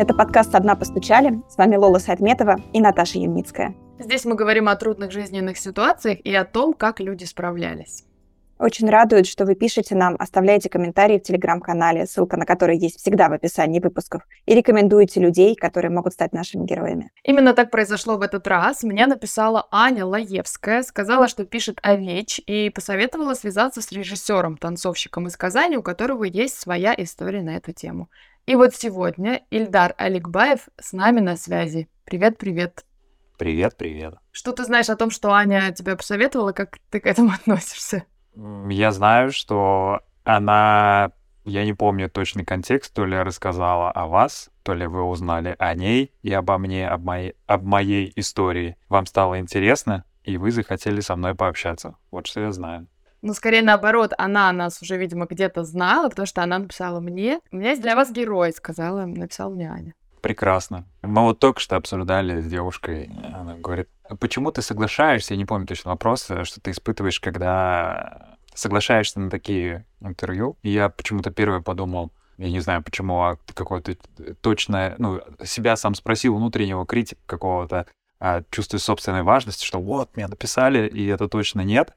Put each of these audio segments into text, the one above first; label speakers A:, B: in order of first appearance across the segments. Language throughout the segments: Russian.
A: Это подкаст «Со дна постучали». С вами Лола Сайтметова и Наташа Ямницкая.
B: Здесь мы говорим о трудных жизненных ситуациях и о том, как люди справлялись.
A: Очень радует, что вы пишете нам, оставляете комментарии в Телеграм-канале, ссылка на который есть всегда в описании выпусков, и рекомендуете людей, которые могут стать нашими героями.
B: Именно так произошло в этот раз. Мне написала Аня Лаевская, сказала, что пишет о ВИЧ, и посоветовала связаться с режиссером, танцовщиком из Казани, у которого есть своя история на эту тему. И вот сегодня Ильдар Аликбаев с нами на связи. Привет-привет.
C: Привет-привет.
B: Что ты знаешь о том, что Аня тебе посоветовала, как ты к этому относишься?
C: Я знаю, что она, я не помню точный контекст, то ли рассказала о вас, то ли вы узнали о ней и обо мне, об моей истории. Вам стало интересно, и вы захотели со мной пообщаться. Вот что я знаю.
B: Ну, скорее наоборот, она нас уже, видимо, где-то знала, потому что она написала мне. У меня есть для вас герой, написала мне Аня.
C: Прекрасно. Мы вот только что обсуждали с девушкой. Она говорит, почему ты соглашаешься, я не помню точно вопрос, что ты испытываешь, когда соглашаешься на такие интервью. И я почему-то первое подумал, я не знаю почему, какое-то точное, себя сам спросил, внутреннего критика какого-то, чувствую собственной важности, что вот, меня написали, и это точно нет.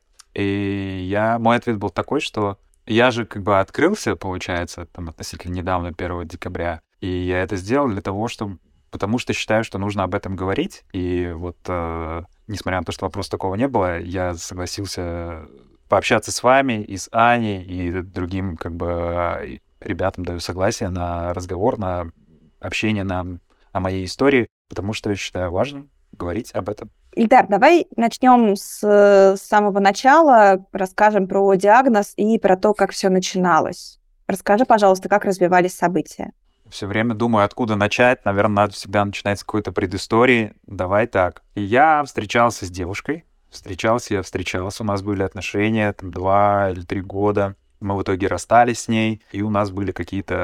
C: И мой ответ был такой, что я же открылся, получается, относительно недавно, 1 декабря, и я это сделал потому что считаю, что нужно об этом говорить. И вот, несмотря на то, что вопроса такого не было, я согласился пообщаться с вами и с Аней, и другим, ребятам даю согласие на разговор, на общение о моей истории, потому что я считаю важным говорить об этом.
A: Ильдар, давай начнем с самого начала, расскажем про диагноз и про то, как все начиналось. Расскажи, пожалуйста, как развивались события.
C: Все время думаю, откуда начать. Наверное, надо всегда начинать с какой-то предыстории. Давай так. Я встречался с девушкой. Встречался. У нас были отношения 2 или 3 года. Мы в итоге расстались с ней. И у нас были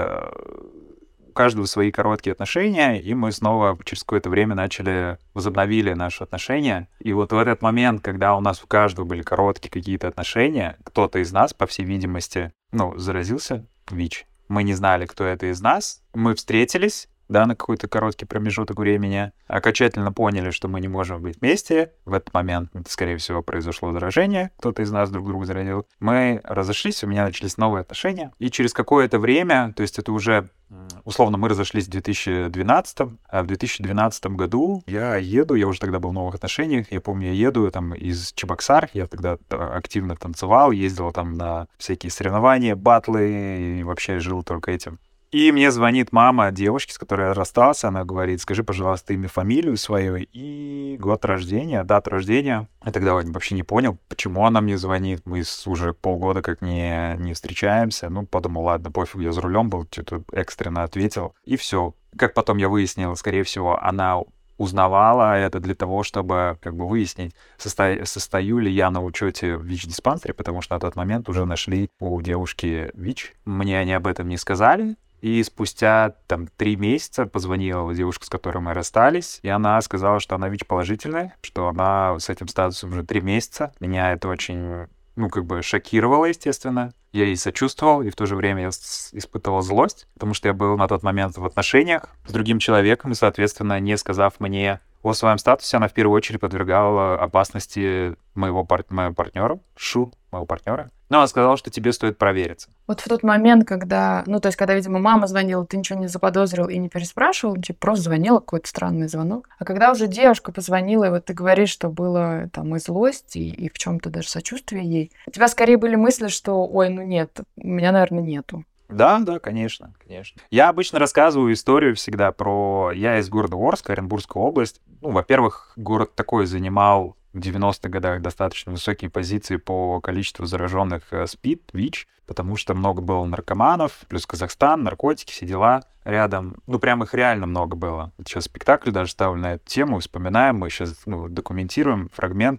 C: у каждого свои короткие отношения. И мы снова через какое-то время возобновили наши отношения. И вот в этот момент, когда у нас у каждого были короткие какие-то отношения, кто-то из нас, по всей видимости, заразился ВИЧ. Мы не знали, кто это из нас. Мы встретились, на какой-то короткий промежуток времени. Окончательно поняли, что мы не можем быть вместе. В этот момент, скорее всего, произошло заражение. Кто-то из нас друг друга заразил. Мы разошлись, у меня начались новые отношения. И через какое-то время, то есть это уже, условно, мы разошлись в 2012, а в 2012 году я уже тогда был в новых отношениях. Я помню, я еду из Чебоксар. Я тогда активно танцевал, ездил на всякие соревнования, батлы, и вообще жил только этим. И мне звонит мама девушки, с которой я расстался. Она говорит, скажи, пожалуйста, имя, фамилию свою и год рождения, дату рождения. Я тогда вообще не понял, почему она мне звонит. Мы уже полгода как не встречаемся. Подумал, ладно, пофиг, я за рулем был, что-то экстренно ответил. И все. Как потом я выяснил, скорее всего, она узнавала это для того, чтобы выяснить, состою ли я на учете в ВИЧ-диспансере, потому что на тот момент уже нашли у девушки ВИЧ. Мне они об этом не сказали. И спустя 3 месяца позвонила девушка, с которой мы расстались, и она сказала, что она ВИЧ-положительная, что она с этим статусом уже 3 месяца. Меня это очень, шокировало, естественно. Я ей сочувствовал, и в то же время я испытывал злость, потому что я был на тот момент в отношениях с другим человеком, и, соответственно, не сказав мне о своем статусе, она в первую очередь подвергала опасности моего партнера, моего партнера. Но она сказала, что тебе стоит провериться.
B: Вот в тот момент, когда, когда, видимо, мама звонила, ты ничего не заподозрил и не переспрашивал, просто звонила, какой-то странный звонок. А когда уже девушка позвонила, и вот ты говоришь, что было и злость, и в чем-то даже сочувствие ей, у тебя скорее были мысли, что, нет, у меня, наверное, нету.
C: Да, конечно. Я обычно рассказываю историю всегда Я из города Орск, Оренбургская область. Во-первых, город такой занимал в 90-х годах достаточно высокие позиции по количеству зараженных СПИД, ВИЧ, потому что много было наркоманов, плюс Казахстан, наркотики, все дела рядом. Прям их реально много было. Сейчас спектакль даже ставлю на эту тему, вспоминаем, мы сейчас документируем фрагменты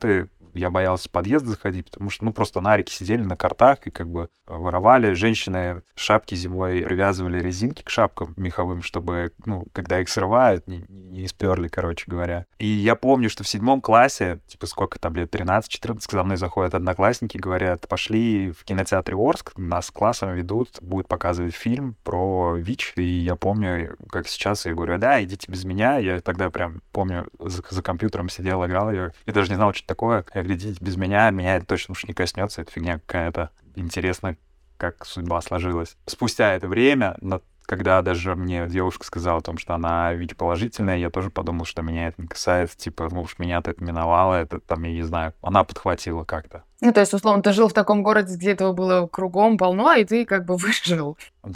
C: я боялся в подъезд заходить, потому что, просто нарики сидели на картах и как бы воровали. Женщины шапки зимой привязывали резинки к шапкам меховым, чтобы, когда их срывают, не сперли, короче говоря. И я помню, что в 7 классе, сколько там лет, 13-14, за мной заходят одноклассники, говорят, пошли в кинотеатре Орск, нас классом ведут, будут показывать фильм про ВИЧ. И я помню, как сейчас, я говорю, да, идите без меня. Я тогда прям помню, за компьютером сидел, играл, я даже не знал, что это такое. Я говорю, идите без меня это точно уж не коснется, это фигня какая-то. Интересно, как судьба сложилась. Спустя это время, когда даже мне девушка сказала о том, что она ВИЧ-положительная, я тоже подумал, что меня это не касается, уж меня-то это миновало, это там, я не знаю, она подхватила как-то.
B: То есть, условно, ты жил в таком городе, где этого было кругом полно, и ты как бы выжил.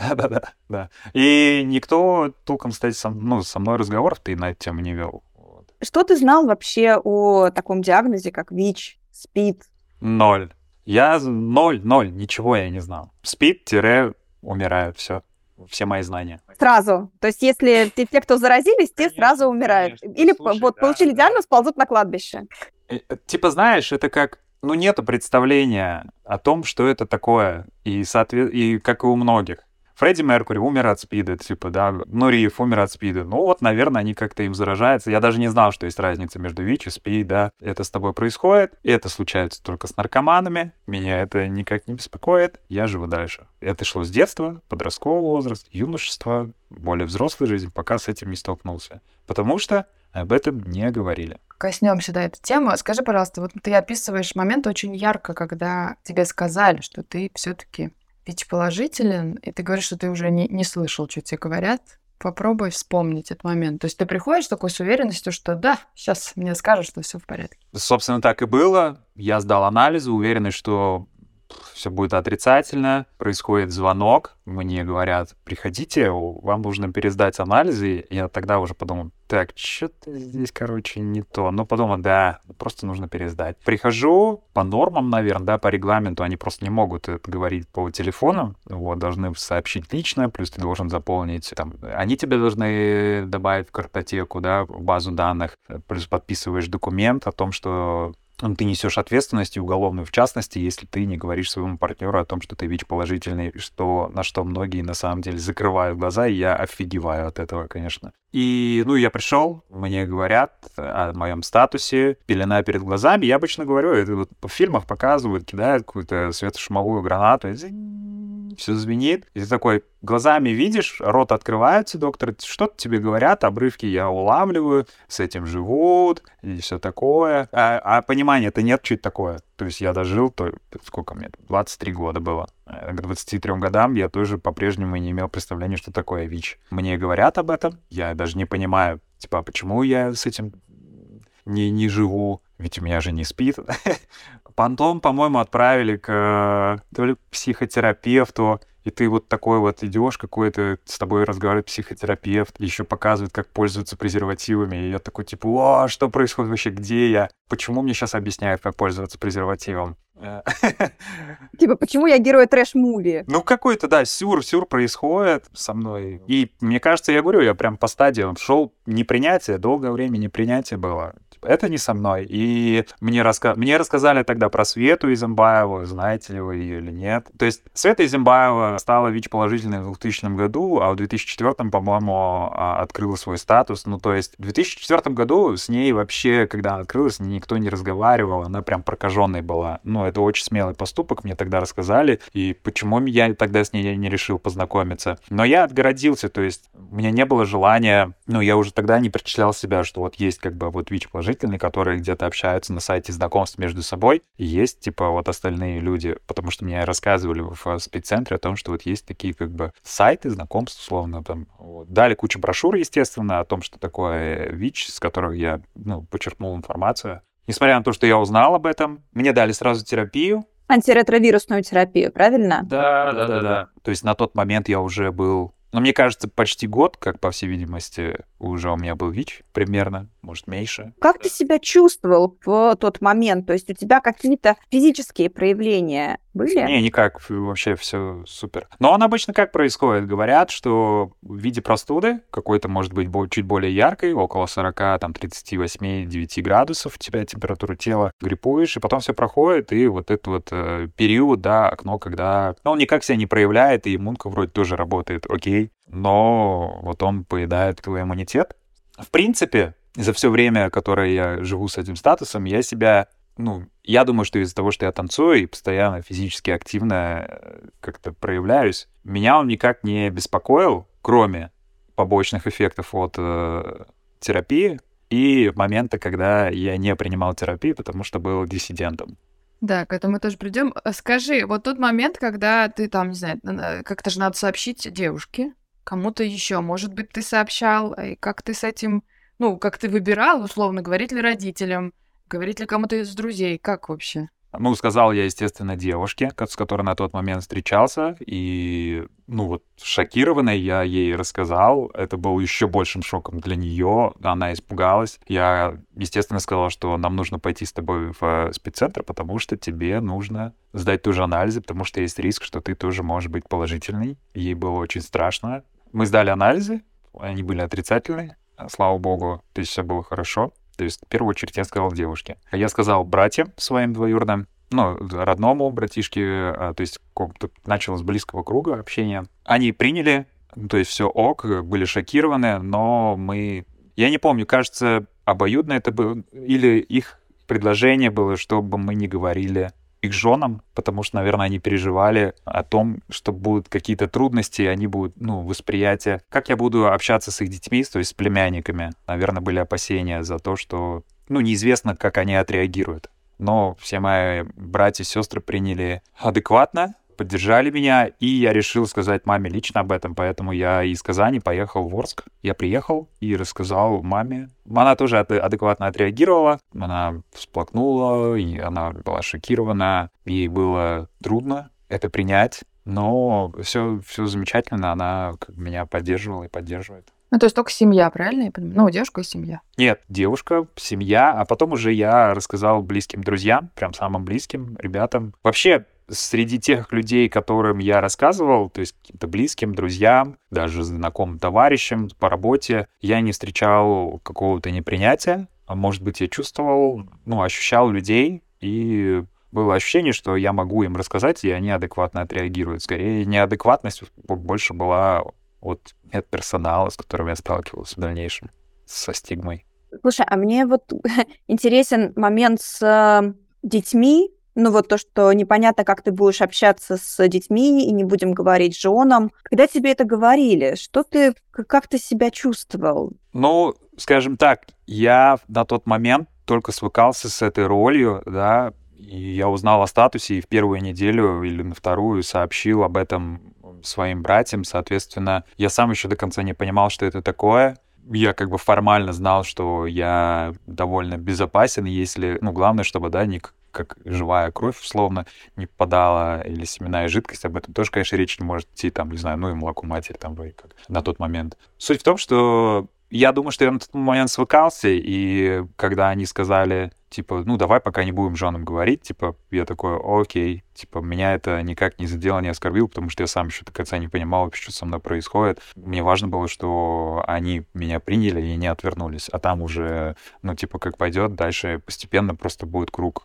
C: Да. И никто толком, кстати, со мной разговоров-то и на эту тему не вел.
A: Что ты знал вообще о таком диагнозе, как ВИЧ, СПИД?
C: 0. Я 0, ничего я не знал. СПИД-умирают, все мои знания.
A: Сразу. То есть если те, кто заразились, те сразу умирают.
C: Конечно.
A: Или
C: Слушай,
A: получили диагноз, ползут на кладбище.
C: Знаешь, это как... нету представления о том, что это такое. И как и у многих. Фредди Меркьюри умер от СПИДа, Нуриев умер от СПИДа. Наверное, они как-то им заражаются. Я даже не знал, что есть разница между ВИЧ и СПИД, да. Это с тобой происходит, это случается только с наркоманами. Меня это никак не беспокоит, я живу дальше. Это шло с детства, подросткового возраста, юношества, более взрослой жизни, пока с этим не столкнулся. Потому что об этом не говорили.
B: Коснемся, эту тему. Скажи, пожалуйста, ты описываешь момент очень ярко, когда тебе сказали, что ты все-таки ВИЧ-положителен, и ты говоришь, что ты уже не слышал, что тебе говорят. Попробуй вспомнить этот момент. То есть ты приходишь такой с уверенностью, что да, сейчас мне скажут, что все в порядке.
C: Собственно, так и было. Я сдал анализы, уверенный, что все будет отрицательно. Происходит звонок, мне говорят, приходите, вам нужно пересдать анализы. Я тогда уже подумал, так, что-то здесь, не то. Подумал, да, просто нужно пересдать. Прихожу по нормам, наверное, по регламенту, они просто не могут это говорить по телефону, должны сообщить лично, плюс ты должен заполнить, они тебе должны добавить в картотеку, в базу данных, плюс подписываешь документ о том, что ты несешь ответственность и уголовную, в частности, если ты не говоришь своему партнеру о том, что ты ВИЧ-положительный, на что многие на самом деле закрывают глаза, и я офигеваю от этого, конечно. И, я пришел, мне говорят о моем статусе, пелена перед глазами. Я обычно говорю, это в фильмах показывают, кидают какую-то светошумовую гранату, все звенит. И ты такой глазами видишь, рот открывается, доктор, что-то тебе говорят, обрывки я улавливаю, с этим живут, и все такое. А понимания-то нет, что это такое. То есть я дожил, сколько мне, 23 года было. К 23 годам я тоже по-прежнему не имел представления, что такое ВИЧ. Мне говорят об этом, я даже не понимаю, почему я с этим не живу, ведь у меня же не СПИД. Потом, по-моему, отправили к то ли психотерапевту, и ты такой идешь, какой-то с тобой разговаривает психотерапевт, еще показывает, как пользоваться презервативами, и я такой, что происходит вообще, где я? Почему мне сейчас объясняют, как пользоваться презервативом?
A: Почему я герой трэш-муви?
C: Какой-то, да, сюр происходит со мной. И мне кажется, я говорю, я прям по стадиям шел непринятие, долгое время непринятие было. Это не со мной. И мне рассказали тогда про Свету Изымбаеву, знаете ли вы ее или нет. То есть Света Изымбаева стала ВИЧ-положительной в 2000 году, а в 2004, по-моему, открыла свой статус. То есть в 2004 году с ней вообще, когда она открылась, никто не разговаривал, она прям прокаженной была. Это очень смелый поступок, мне тогда рассказали, и почему я тогда с ней не решил познакомиться. Но я отгородился, то есть у меня не было желания, я уже тогда не причислял себя, что есть ВИЧ-положительные, которые где-то общаются на сайте знакомств между собой, и есть остальные люди, потому что мне рассказывали в спеццентре о том, что есть такие сайты знакомств, условно, Дали кучу брошюр, естественно, о том, что такое ВИЧ, с которых я, почерпнул информацию. Несмотря на то, что я узнал об этом, мне дали сразу терапию.
A: Антиретровирусную терапию, правильно?
C: Да. То есть на тот момент я уже был Но мне кажется, почти год, как, по всей видимости, уже у меня был ВИЧ примерно, может, меньше.
A: Как ты себя чувствовал в тот момент? То есть у тебя какие-то физические проявления были?
C: Не, никак, вообще все супер. Но он обычно как происходит? Говорят, что в виде простуды, какой-то, может быть, чуть более яркой, около 40, там, 38-9 градусов, у тебя температура тела, гриппуешь, и потом все проходит, и вот этот вот период, да, окно, когда... Ну, он никак себя не проявляет, и иммунка вроде тоже работает, окей, но вот он поедает твой иммунитет. В принципе, за все время, которое я живу с этим статусом, я себя... Ну, я думаю, что из-за того, что я танцую и постоянно физически активно как-то проявляюсь, меня он никак не беспокоил, кроме побочных эффектов от терапии и момента, когда я не принимал терапию, потому что был диссидентом.
B: Да, к этому мы тоже придем. Скажи, вот тот момент, когда ты там, не знаю, как-то же надо сообщить девушке, кому-то еще, может быть, ты сообщал, и как ты с этим, ну, как ты выбирал, условно, говорить ли родителям, говорить ли кому-то из друзей, как вообще?
C: Ну, сказал я, естественно, девушке, с которой на тот момент встречался, и, ну, вот, шокированный я ей рассказал. Это был еще большим шоком для нее. Она испугалась. Я, естественно, сказал, что нам нужно пойти с тобой в спеццентр, потому что тебе нужно сдать тоже анализы, потому что есть риск, что ты тоже можешь быть положительный. Ей было очень страшно. Мы сдали анализы, они были отрицательные, слава богу, то есть все было хорошо. То есть, в первую очередь, я сказал девушке. Я сказал братьям своим двоюродным, ну, родному братишке, то есть, начал с близкого круга общения. Они приняли, то есть, все ок, были шокированы, но мы... Я не помню, кажется, обоюдно это было, или их предложение было, чтобы мы не говорили их женам, потому что, наверное, они переживали о том, что будут какие-то трудности, и они будут, ну, восприятие. Как я буду общаться с их детьми, то есть с племянниками? Наверное, были опасения за то, что, ну, неизвестно, как они отреагируют. Но все мои братья и сестры приняли адекватно, поддержали меня, и я решил сказать маме лично об этом, поэтому я из Казани поехал в Орск. Я приехал и рассказал маме. Она тоже адекватно отреагировала, она всплакнула, и она была шокирована, ей было трудно это принять, но все замечательно, она меня поддерживала и поддерживает.
B: Ну, то есть только семья, правильно я понимаю? Ну, девушка и семья.
C: Нет, девушка, семья, а потом уже я рассказал близким друзьям, прям самым близким ребятам. Вообще, среди тех людей, которым я рассказывал, то есть каким-то близким, друзьям, даже знакомым товарищам по работе, я не встречал какого-то непринятия. А может быть, я чувствовал, ну, ощущал людей, и было ощущение, что я могу им рассказать, и они адекватно отреагируют. Скорее, неадекватность больше была от медперсонала, с которым я сталкивался в дальнейшем, со стигмой.
A: Слушай, а мне вот интересен момент с детьми. Ну вот то, что непонятно, как ты будешь общаться с детьми, и не будем говорить женам. Когда тебе это говорили, как ты себя чувствовал?
C: Ну, скажем так, я на тот момент только свыкался с этой ролью, да, и я узнал о статусе, и в первую неделю или на вторую сообщил об этом своим братьям. Соответственно, я сам еще до конца не понимал, что это такое. Я как бы формально знал, что я довольно безопасен, если... Ну, главное, чтобы, да, не как живая кровь, условно, не попадала, или семенная жидкость, об этом тоже, конечно, речь не может идти, там, не знаю, ну и молоко матери, там, вроде как, на тот момент. Суть в том, что я думаю, что я на тот момент свыкался, и когда они сказали, типа, ну, давай пока не будем женам говорить, типа, я такой, окей, типа, меня это никак не задело, не оскорбило, потому что я сам еще до конца не понимал вообще, что со мной происходит. Мне важно было, что они меня приняли и не отвернулись, а там уже, ну, типа, как пойдет, дальше постепенно просто будет круг,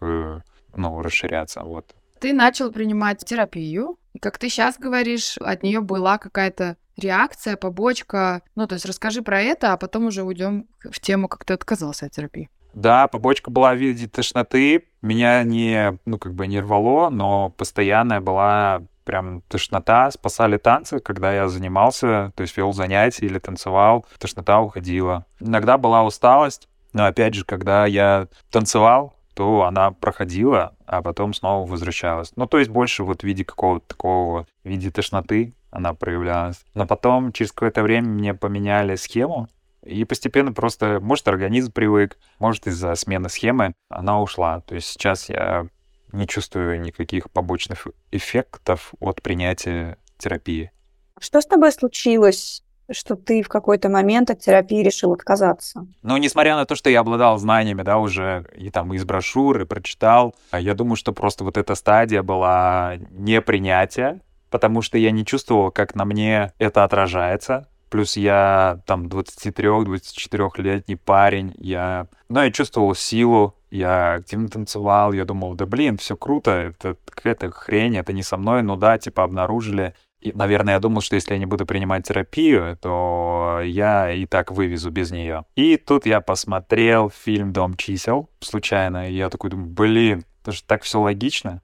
C: ну, расширяться, вот.
B: Ты начал принимать терапию, и, как ты сейчас говоришь, от нее была какая-то реакция, побочка. Ну, то есть расскажи про это, а потом уже уйдем в тему, как ты отказался от терапии.
C: Да, побочка была в виде тошноты. Меня не рвало, но постоянная была прям тошнота. Спасали танцы, когда я занимался, то есть вел занятия или танцевал, тошнота уходила. Иногда была усталость, но опять же, когда я танцевал, то она проходила, а потом снова возвращалась. Ну, то есть больше вот в виде какого-то такого, в виде тошноты она проявлялась. Но потом, через какое-то время, мне поменяли схему, и постепенно просто, может, организм привык, может, из-за смены схемы она ушла. То есть сейчас я не чувствую никаких побочных эффектов от принятия терапии.
A: Что с тобой случилось, что ты в какой-то момент от терапии решил отказаться?
C: Ну, несмотря на то, что я обладал знаниями, да, уже и там из брошюр, и прочитал, я думаю, что просто вот эта стадия была непринятия, потому что я не чувствовал, как на мне это отражается. Плюс я там 23-24-летний парень, я чувствовал силу, я активно танцевал, я думал, да блин, все круто, это какая-то хрень, это не со мной, ну да, типа обнаружили. И, наверное, я думал, что если я не буду принимать терапию, то я и так вывезу без нее. И тут я посмотрел фильм «Дом чисел» случайно, и я такой думаю, блин, это же так все логично.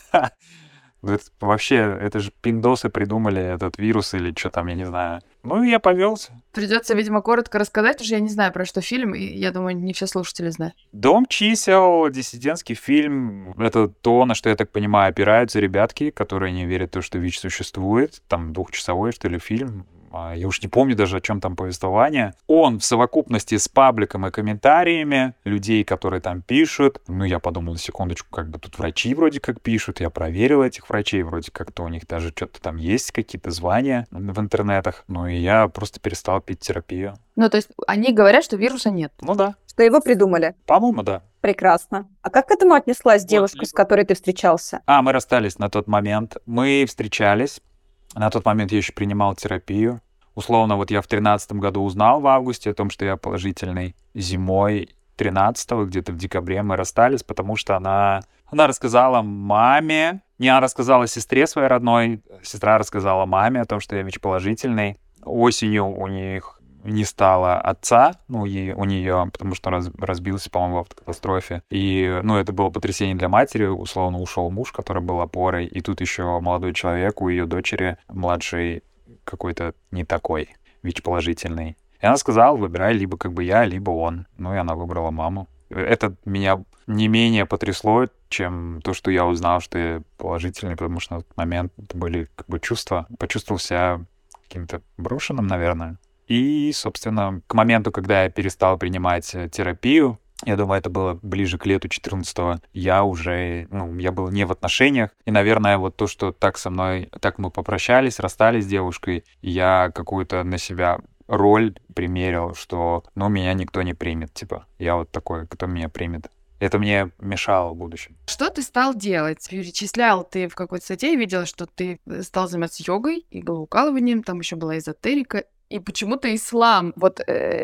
C: Вообще, это же пиндосы придумали этот вирус или что там, я не знаю. Ну, и я повелся.
B: Придется, видимо, коротко рассказать, потому что я не знаю, про что фильм, и я думаю, не все слушатели знают.
C: «Дом чисел», диссидентский фильм. Это то, на что, я так понимаю, опираются ребятки, которые не верят в то, что ВИЧ существует. Там 2-часовой, что ли, фильм. Я уж не помню даже, о чем там повествование. Он в совокупности с пабликом и комментариями людей, которые там пишут. Ну, я подумал, секундочку, как бы тут врачи вроде как пишут. Я проверил этих врачей, вроде как-то у них даже что-то там есть, какие-то звания в интернетах. Ну, и я просто перестал пить терапию.
B: Ну, то есть они говорят, что вируса нет.
C: Ну да.
A: Что его придумали?
C: По-моему, да.
A: Прекрасно. А как к этому отнеслась девушка, с которой ты встречался?
C: Мы расстались на тот момент. Мы встречались. На тот момент я еще принимал терапию. Условно, вот я в 2013 году узнал в августе о том, что я положительный. Зимой 13-го, где-то в декабре мы расстались, потому что она рассказала маме, не она рассказала сестре своей родной, сестра рассказала маме о том, что я ВИЧ-положительный. Осенью у них не стало отца, у нее, потому что разбился, по-моему, в автокатастрофе. И, это было потрясение для матери. Условно, ушел муж, который был опорой. И тут еще молодой человек у ее дочери, младшей, какой-то не такой, ВИЧ-положительный. И она сказала, выбирай либо как бы я, либо он. Ну, и она выбрала маму. Это меня не менее потрясло, чем то, что я узнал, что я положительный, потому что на тот момент это были как бы чувства. Почувствовал себя каким-то брошенным, наверное. И, собственно, к моменту, когда я перестал принимать терапию, я думаю, это было ближе к лету 14-го, я уже, я был не в отношениях. И, наверное, вот то, что так со мной, так мы попрощались, расстались с девушкой, я какую-то на себя роль примерил, что, меня никто не примет, типа. Я вот такой, кто меня примет. Это мне мешало в будущем.
B: Что ты стал делать? Перечислял ты в какой-то статье, видела, что ты стал заниматься йогой, иглоукалыванием, там еще была эзотерика. И почему-то ислам. Вот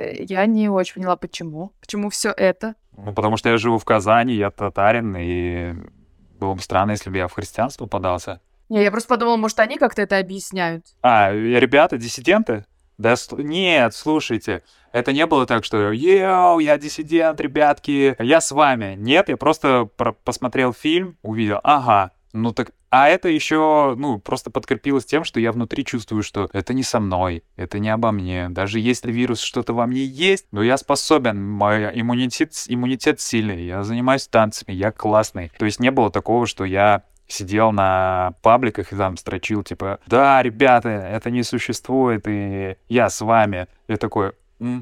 B: я не очень поняла, почему. Почему все это?
C: Потому что я живу в Казани, я татарин, и было бы странно, если бы я в христианство подался.
B: Не, я просто подумала, может, они как-то это объясняют.
C: Ребята, диссиденты? Да нет, слушайте, это не было так, что «Йоу, я диссидент, ребятки, я с вами». Нет, я просто посмотрел фильм, увидел, ага, так... А это еще, просто подкрепилось тем, что я внутри чувствую, что это не со мной, это не обо мне. Даже если вирус что-то во мне есть, но я способен, мой иммунитет сильный, я занимаюсь танцами, я классный. То есть не было такого, что я сидел на пабликах и там строчил, типа, да, ребята, это не существует, и я с вами. Я такой,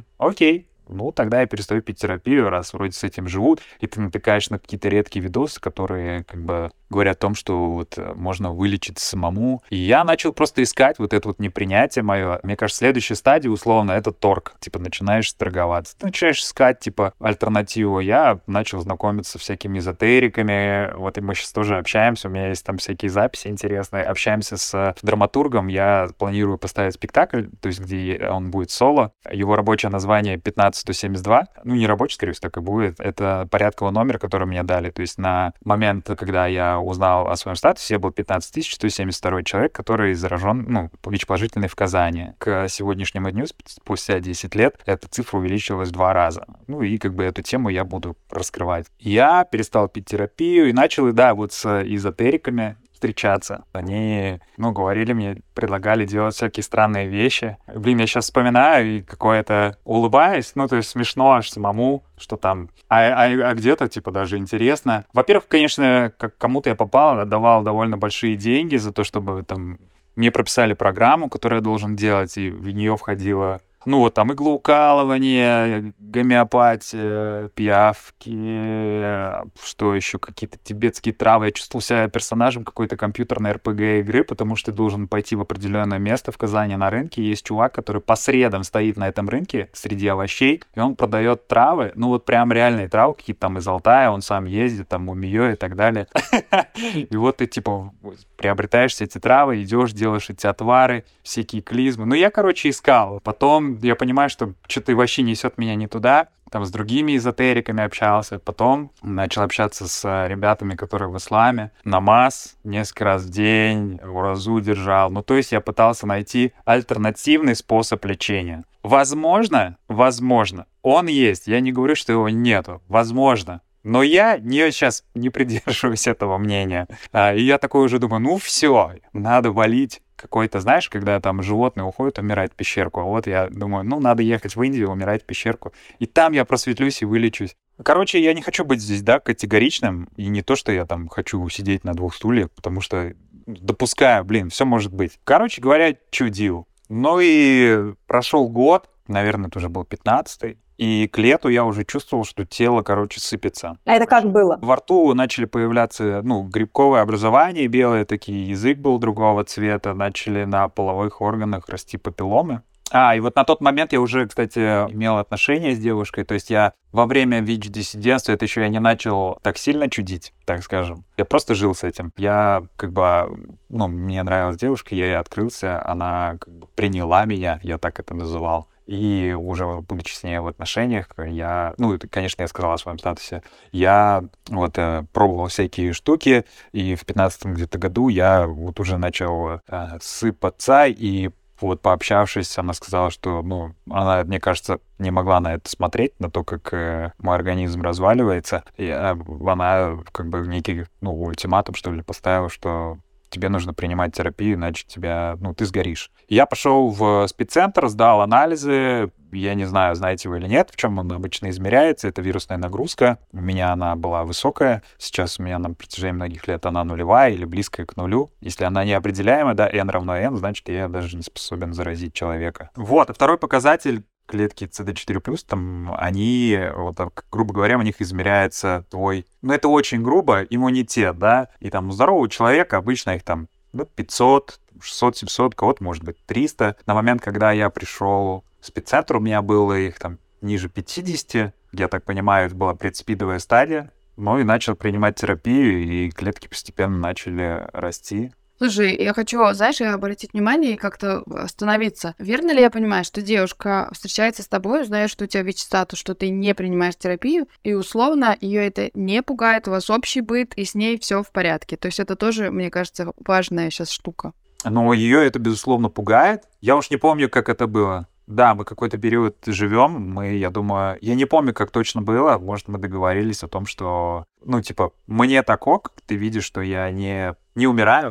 C: окей. Тогда я перестаю пить терапию, раз вроде с этим живут, и ты натыкаешь на какие-то редкие видосы, которые как бы говорят о том, что вот можно вылечить самому. И я начал просто искать вот это вот непринятие мое. Мне кажется, следующая стадия, условно, это торг. Типа, начинаешь торговаться. Ты начинаешь искать, типа, альтернативу. Я начал знакомиться со всякими эзотериками. Вот и мы сейчас тоже общаемся. У меня есть там всякие записи интересные. Общаемся с драматургом. Я планирую поставить спектакль, то есть где он будет соло. Его рабочее название 15172. Не рабочий, скорее всего, так и будет. Это порядковый номер, который мне дали. То есть на момент, когда я узнал о своем статусе, я был 15172 человек, который заражен, ВИЧ-положительный в Казани. К сегодняшнему дню, спустя 10 лет, эта цифра увеличилась в 2 раза. И как бы эту тему я буду раскрывать. Я перестал пить терапию и начал, вот с эзотериками встречаться. Они, говорили мне, предлагали делать всякие странные вещи. Блин, я сейчас вспоминаю и какое-то улыбаюсь, то есть смешно аж самому, что там... А где-то, типа, даже интересно. Во-первых, конечно, как кому-то я попал, отдавал довольно большие деньги за то, чтобы там мне прописали программу, которую я должен делать, и в нее входило Ну, вот там иглоукалывание, гомеопатия, пиявки, что еще, какие-то тибетские травы. Я чувствовал себя персонажем какой-то компьютерной РПГ-игры, потому что ты должен пойти в определенное место в Казани на рынке. Есть чувак, который по средам стоит на этом рынке среди овощей, и он продает травы, ну вот прям реальные травы, какие-то там из Алтая, он сам ездит, там Мумиё и так далее. И вот ты, типа, приобретаешь все эти травы, идешь, делаешь эти отвары, всякие клизмы. Ну, я, короче, искал. Потом я понимаю, что что-то вообще несет меня не туда. Там с другими эзотериками общался. Потом начал общаться с ребятами, которые в исламе. Намаз несколько раз в день, уразу держал. Ну, то есть я пытался найти альтернативный способ лечения. Возможно, он есть. Я не говорю, что его нету. Возможно. Но я сейчас не придерживаюсь этого мнения. И я такой уже думаю, ну все, надо валить какой-то, знаешь, когда там животное уходит, умирает в пещерку. А вот я думаю, ну надо ехать в Индию, умирать в пещерку. И там я просветлюсь и вылечусь. Короче, я не хочу быть здесь, да, категоричным. И не то, что я там хочу сидеть на 2 стульях, потому что допускаю, все может быть. Короче говоря, чудил. Ну и прошел год, наверное, это уже был 15-й. И к лету я уже чувствовал, что тело, сыпется.
A: А это как было?
C: Во рту начали появляться, грибковые образования белые такие, язык был другого цвета, начали на половых органах расти папилломы. И вот на тот момент я уже, кстати, имел отношения с девушкой, то есть я во время ВИЧ-диссидентства, это еще я не начал так сильно чудить, так скажем. Я просто жил с этим. Я мне нравилась девушка, я ей открылся, она приняла меня, я так это называл. И уже будучи с ней в отношениях, конечно, я сказал о своем статусе, я пробовал всякие штуки, и в 15-м где-то году я уже начал сыпаться, и пообщавшись, она сказала, что, она, мне кажется, не могла на это смотреть, на то, как мой организм разваливается, и она некий, ультиматум, что ли, поставила, что тебе нужно принимать терапию, иначе ты сгоришь. И я пошел в спеццентр, сдал анализы. Я не знаю, знаете вы или нет, в чем он обычно измеряется. Это вирусная нагрузка. У меня она была высокая. Сейчас у меня на протяжении многих лет она нулевая или близкая к нулю. Если она неопределяемая, да, n равно n, значит, я даже не способен заразить человека. А второй показатель, клетки CD4+, там они, грубо говоря, у них измеряется твой, это очень грубо, иммунитет, да, и там у здорового человека обычно их там 500, 600, 700, кого-то может быть 300. На момент, когда я пришел в спеццентр, у меня было их там ниже 50, я так понимаю, это была предспидовая стадия, и начал принимать терапию, и клетки постепенно начали расти.
B: Слушай, я хочу, знаешь, обратить внимание и как-то остановиться. Верно ли я понимаю, что девушка встречается с тобой, узнает, что у тебя ВИЧ-статус, что ты не принимаешь терапию, и условно ее это не пугает, у вас общий быт, и с ней все в порядке. То есть это тоже, мне кажется, важная сейчас штука.
C: Ее это, безусловно, пугает. Я уж не помню, как это было. Да, мы какой-то период живем, я думаю, я не помню, как точно было, может, мы договорились о том, что, мне так ок, ты видишь, что я не умираю,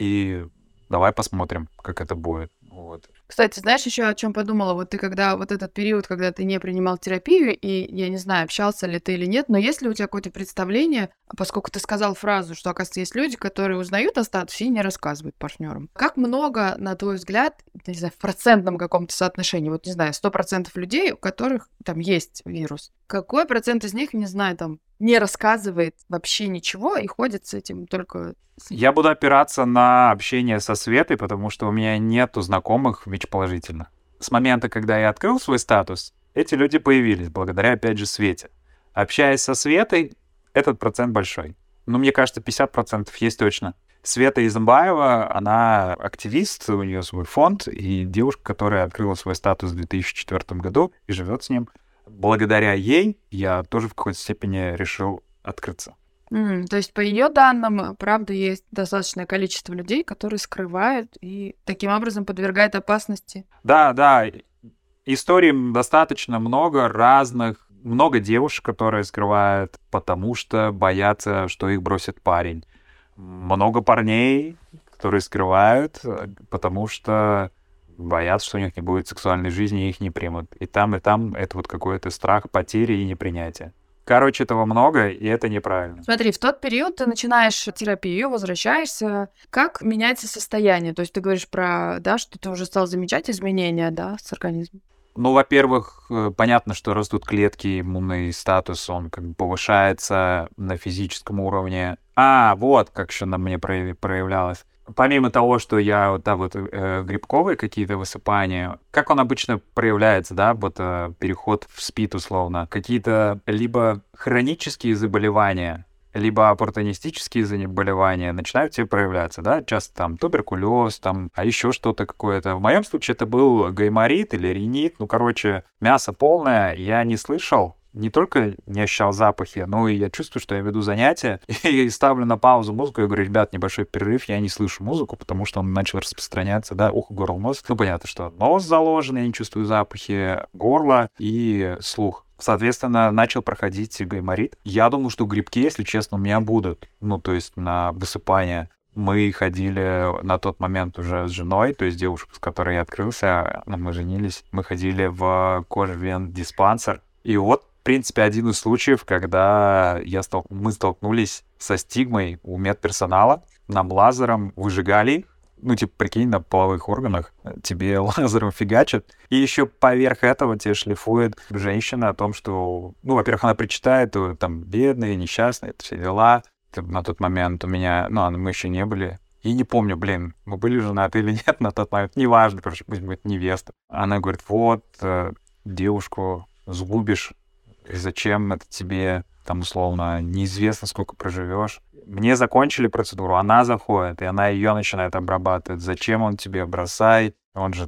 C: и давай посмотрим, как это будет.
B: Кстати, знаешь, еще о чем подумала? Ты когда этот период, когда ты не принимал терапию, и я не знаю, общался ли ты или нет, но есть ли у тебя какое-то представление, поскольку ты сказал фразу, что, оказывается, есть люди, которые узнают о статусе и не рассказывают партнерам. Как много, на твой взгляд, не знаю, в процентном каком-то соотношении, 100% людей, у которых там есть вирус, какой процент из них, не знаю, не рассказывает вообще ничего и ходит с этим только...
C: Я буду опираться на общение со Светой, потому что у меня нету знакомых ВИЧ-положительных. С момента, когда я открыл свой статус, эти люди появились, благодаря, опять же, Свете. Общаясь со Светой, этот процент большой. Мне кажется, 50% есть точно. Света Изамбаева, она активист, у нее свой фонд, и девушка, которая открыла свой статус в 2004 году и живет с ним. Благодаря ей я тоже в какой-то степени решил открыться.
B: То есть, по ее данным, правда, есть достаточное количество людей, которые скрывают и таким образом подвергают опасности.
C: Да, историй достаточно много разных, много девушек, которые скрывают, потому что боятся, что их бросит парень. Много парней, которые скрывают, потому что боятся, что у них не будет сексуальной жизни, и их не примут. И там это какой-то страх потери и непринятия. Короче, этого много, и это неправильно.
B: Смотри, в тот период ты начинаешь терапию, возвращаешься. Как меняется состояние? То есть ты говоришь про, что ты уже стал замечать изменения, с организмом?
C: Ну, во-первых, понятно, что растут клетки, иммунный статус, он как бы повышается на физическом уровне. Вот как еще на мне проявлялось. Помимо того, что я грибковые какие-то высыпания, как он обычно проявляется, да, переход в СПИД условно, какие-то либо хронические заболевания, либо оппортунистические заболевания начинают тебе проявляться, да, часто там туберкулез, а еще что-то какое-то. В моем случае это был гайморит или ринит, мясо полное, я не слышал, не только не ощущал запахи, но и я чувствую, что я веду занятия, и ставлю на паузу музыку, и говорю, ребят, небольшой перерыв, я не слышу музыку, потому что он начал распространяться, да, ухо, горло, нос. Понятно, что нос заложен, я не чувствую запахи, горло и слух. Соответственно, начал проходить гайморит. Я думал, что грибки, если честно, у меня будут, то есть на высыпание. Мы ходили на тот момент уже с женой, то есть девушка, с которой я открылся, мы женились, мы ходили в кожвен-диспансер. И вот, в принципе, один из случаев, когда мы столкнулись со стигмой у медперсонала, нам лазером выжигали, прикинь, на половых органах тебе лазером фигачат, и еще поверх этого тебе шлифует женщина о том, что, во-первых, она причитает, бедные, несчастные, это все дела. На тот момент у меня, мы еще не были. И не помню, мы были женаты или нет на тот момент, неважно, потому что, пусть будет невеста. Она говорит, девушку сгубишь, и зачем это тебе, условно, неизвестно, сколько проживешь. Мне закончили процедуру, она заходит, и она ее начинает обрабатывать. Зачем он тебе, бросай, он же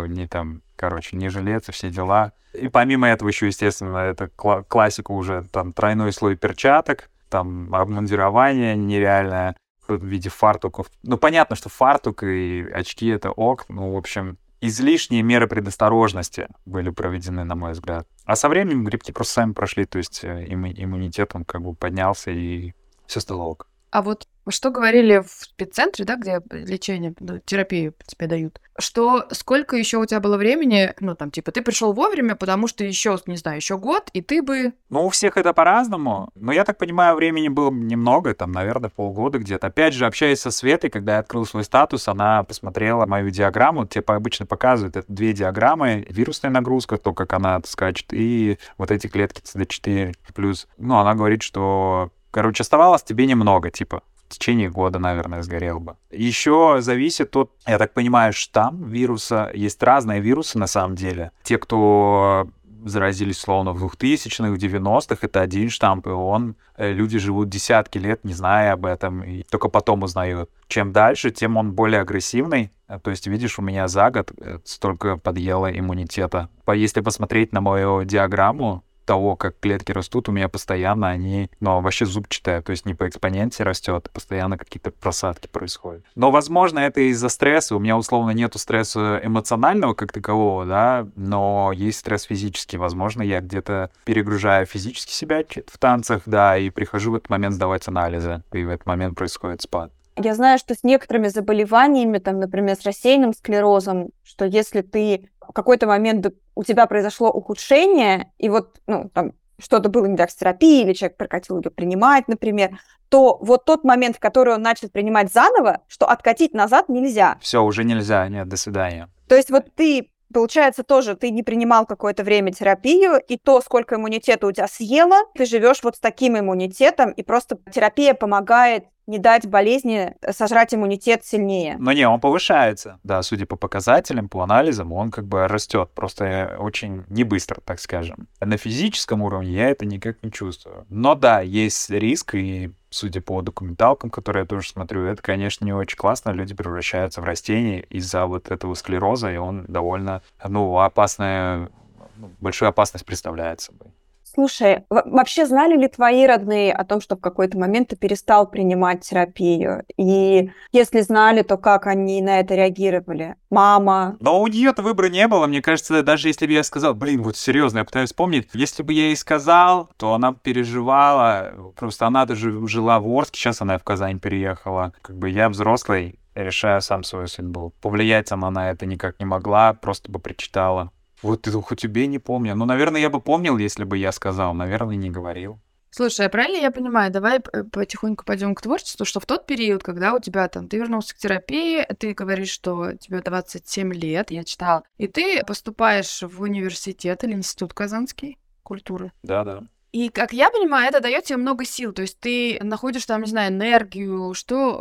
C: не жилец и все дела. И помимо этого еще, естественно, это классика уже, тройной слой перчаток, обмундирование нереальное в виде фартуков. Понятно, что фартук и очки — это ок, в общем, излишние меры предосторожности были проведены, на мой взгляд. А со временем грибки просто сами прошли, то есть иммунитет, он поднялся, и все стало ок.
B: А что говорили в спеццентре, да, где лечение, терапию тебе дают, что сколько еще у тебя было времени, ты пришел вовремя, потому что еще год, и ты бы...
C: У всех это по-разному, но я так понимаю, времени было немного, наверное, полгода где-то. Опять же, общаясь со Светой, когда я открыл свой статус, она посмотрела мою диаграмму, тебе обычно показывают, это 2 диаграммы, вирусная нагрузка, то, как она скачет, и вот эти клетки CD4+. Она говорит, что, оставалось тебе немного, в течение года, наверное, сгорел бы. Еще зависит от, я так понимаю, штамм вируса. Есть разные вирусы на самом деле. Те, кто заразились, словно, в 2000-х, в 90-х, это один штамм, и люди живут десятки лет, не зная об этом, и только потом узнают. Чем дальше, тем он более агрессивный. То есть, видишь, у меня за год столько подъело иммунитета. Если посмотреть на мою диаграмму того, как клетки растут, у меня постоянно они, вообще зубчатые, то есть не по экспоненте растет, постоянно какие-то просадки происходят. Но, возможно, это из-за стресса. У меня, условно, нету стресса эмоционального как такового, да, но есть стресс физический. Возможно, я где-то перегружаю физически себя в танцах, да, и прихожу в этот момент сдавать анализы, и в этот момент происходит спад.
A: Я знаю, что с некоторыми заболеваниями, например, с рассеянным склерозом, что если ты в какой-то момент у тебя произошло ухудшение, и что-то было не так с терапией, или человек прекратил ее принимать, например, то тот момент, в который он начал принимать заново, что откатить назад нельзя.
C: Все, уже нельзя, нет, до свидания.
A: То есть ты, получается, тоже ты не принимал какое-то время терапию, и то, сколько иммунитета у тебя съело, ты живешь с таким иммунитетом, и просто терапия помогает не дать болезни сожрать иммунитет сильнее.
C: Но он повышается. Да, судя по показателям, по анализам, он растет. Просто очень не быстро, так скажем. На физическом уровне я это никак не чувствую. Но да, есть риск, и судя по документалкам, которые я тоже смотрю, это, конечно, не очень классно. Люди превращаются в растения из-за этого склероза, и он довольно, опасная, большую опасность представляет собой.
A: Слушай, вообще знали ли твои родные о том, что в какой-то момент ты перестал принимать терапию? И если знали, то как они на это реагировали? Мама?
C: Но у нее-то выбора не было. Мне кажется, даже если бы я сказал, серьезно, я пытаюсь вспомнить, если бы я ей сказал, то она переживала. Просто она даже жила в Орске, сейчас она в Казань переехала. Я взрослый, решаю сам свою судьбу. Повлиять она на это никак не могла, просто бы прочитала. Хоть убей, не помню. Наверное, я бы помнил, если бы я сказал. Наверное, не говорил.
B: Слушай, а правильно я понимаю, давай потихоньку пойдем к творчеству, что в тот период, когда у тебя там, ты вернулся к терапии, ты говоришь, что тебе 27 лет, я читала, и ты поступаешь в университет или институт Казанский культуры.
C: Да.
B: И, как я понимаю, это дает тебе много сил. То есть ты находишь там, не знаю, энергию,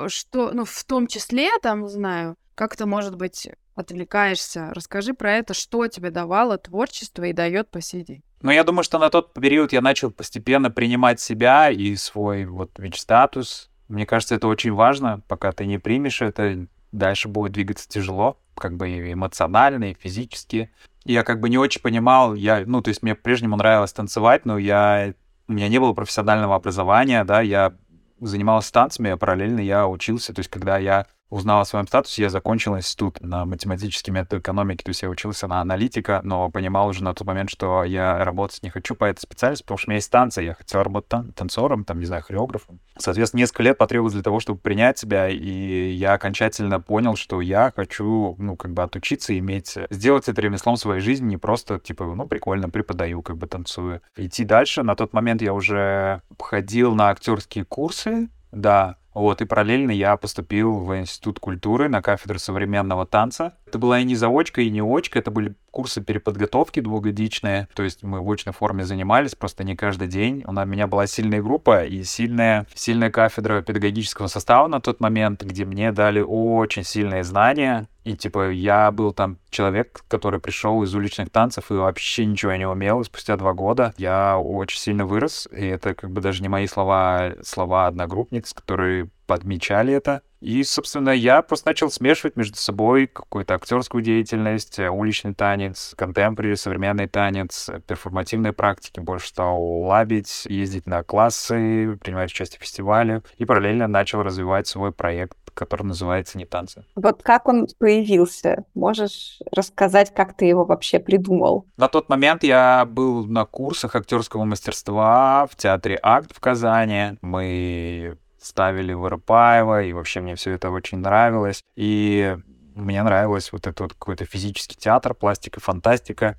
B: ну, в том числе, там, не знаю, как-то, может быть, отвлекаешься. Расскажи про это, что тебе давало творчество и дает по сей день.
C: Но я думаю, что на тот период я начал постепенно принимать себя и свой вот ВИЧ-статус. Мне кажется, это очень важно. Пока ты не примешь это, дальше будет двигаться тяжело, как бы и эмоционально, и физически. Я как бы не очень понимал, то есть мне по-прежнему нравилось танцевать, но у меня не было профессионального образования, да, я занимался танцами, а параллельно я учился, то есть когда я узнал о своем статусе, я закончил институт на математический метод экономики, то есть я учился на аналитика, но понимал уже на тот момент, что я работать не хочу по этой специальности, потому что у меня есть танцы, я хотел работать танцором, там, не знаю, хореографом. Соответственно, несколько лет потребовалось для того, чтобы принять себя, и я окончательно понял, что я хочу, отучиться и сделать это ремеслом своей жизни, не просто, прикольно, преподаю, танцую. Идти дальше. На тот момент я уже ходил на актерские курсы, да, и параллельно я поступил в Институт культуры на кафедру современного танца. Это была и не заочка, и не очка, это были курсы переподготовки двухгодичные, то есть мы в очной форме занимались, просто не каждый день. У меня была сильная группа и сильная кафедра педагогического состава на тот момент, где мне дали очень сильные знания. И, я был там человек, который пришел из уличных танцев и вообще ничего не умел. И спустя 2 года я очень сильно вырос. И это даже не мои слова одногруппниц, которые подмечали это. И, собственно, я просто начал смешивать между собой какую-то актерскую деятельность, уличный танец, контемпорари, современный танец, перформативные практики. Больше стал лабить, ездить на классы, принимать участие в фестивале. И параллельно начал развивать свой проект, который называется «Не танцы».
A: Вот как он появился? Можешь рассказать, как ты его вообще придумал?
C: На тот момент я был на курсах актерского мастерства в театре «Акт» в Казани. Мы ставили Воропаева, и вообще мне все это очень нравилось. И мне нравилось вот этот какой-то физический театр, пластика, фантастика.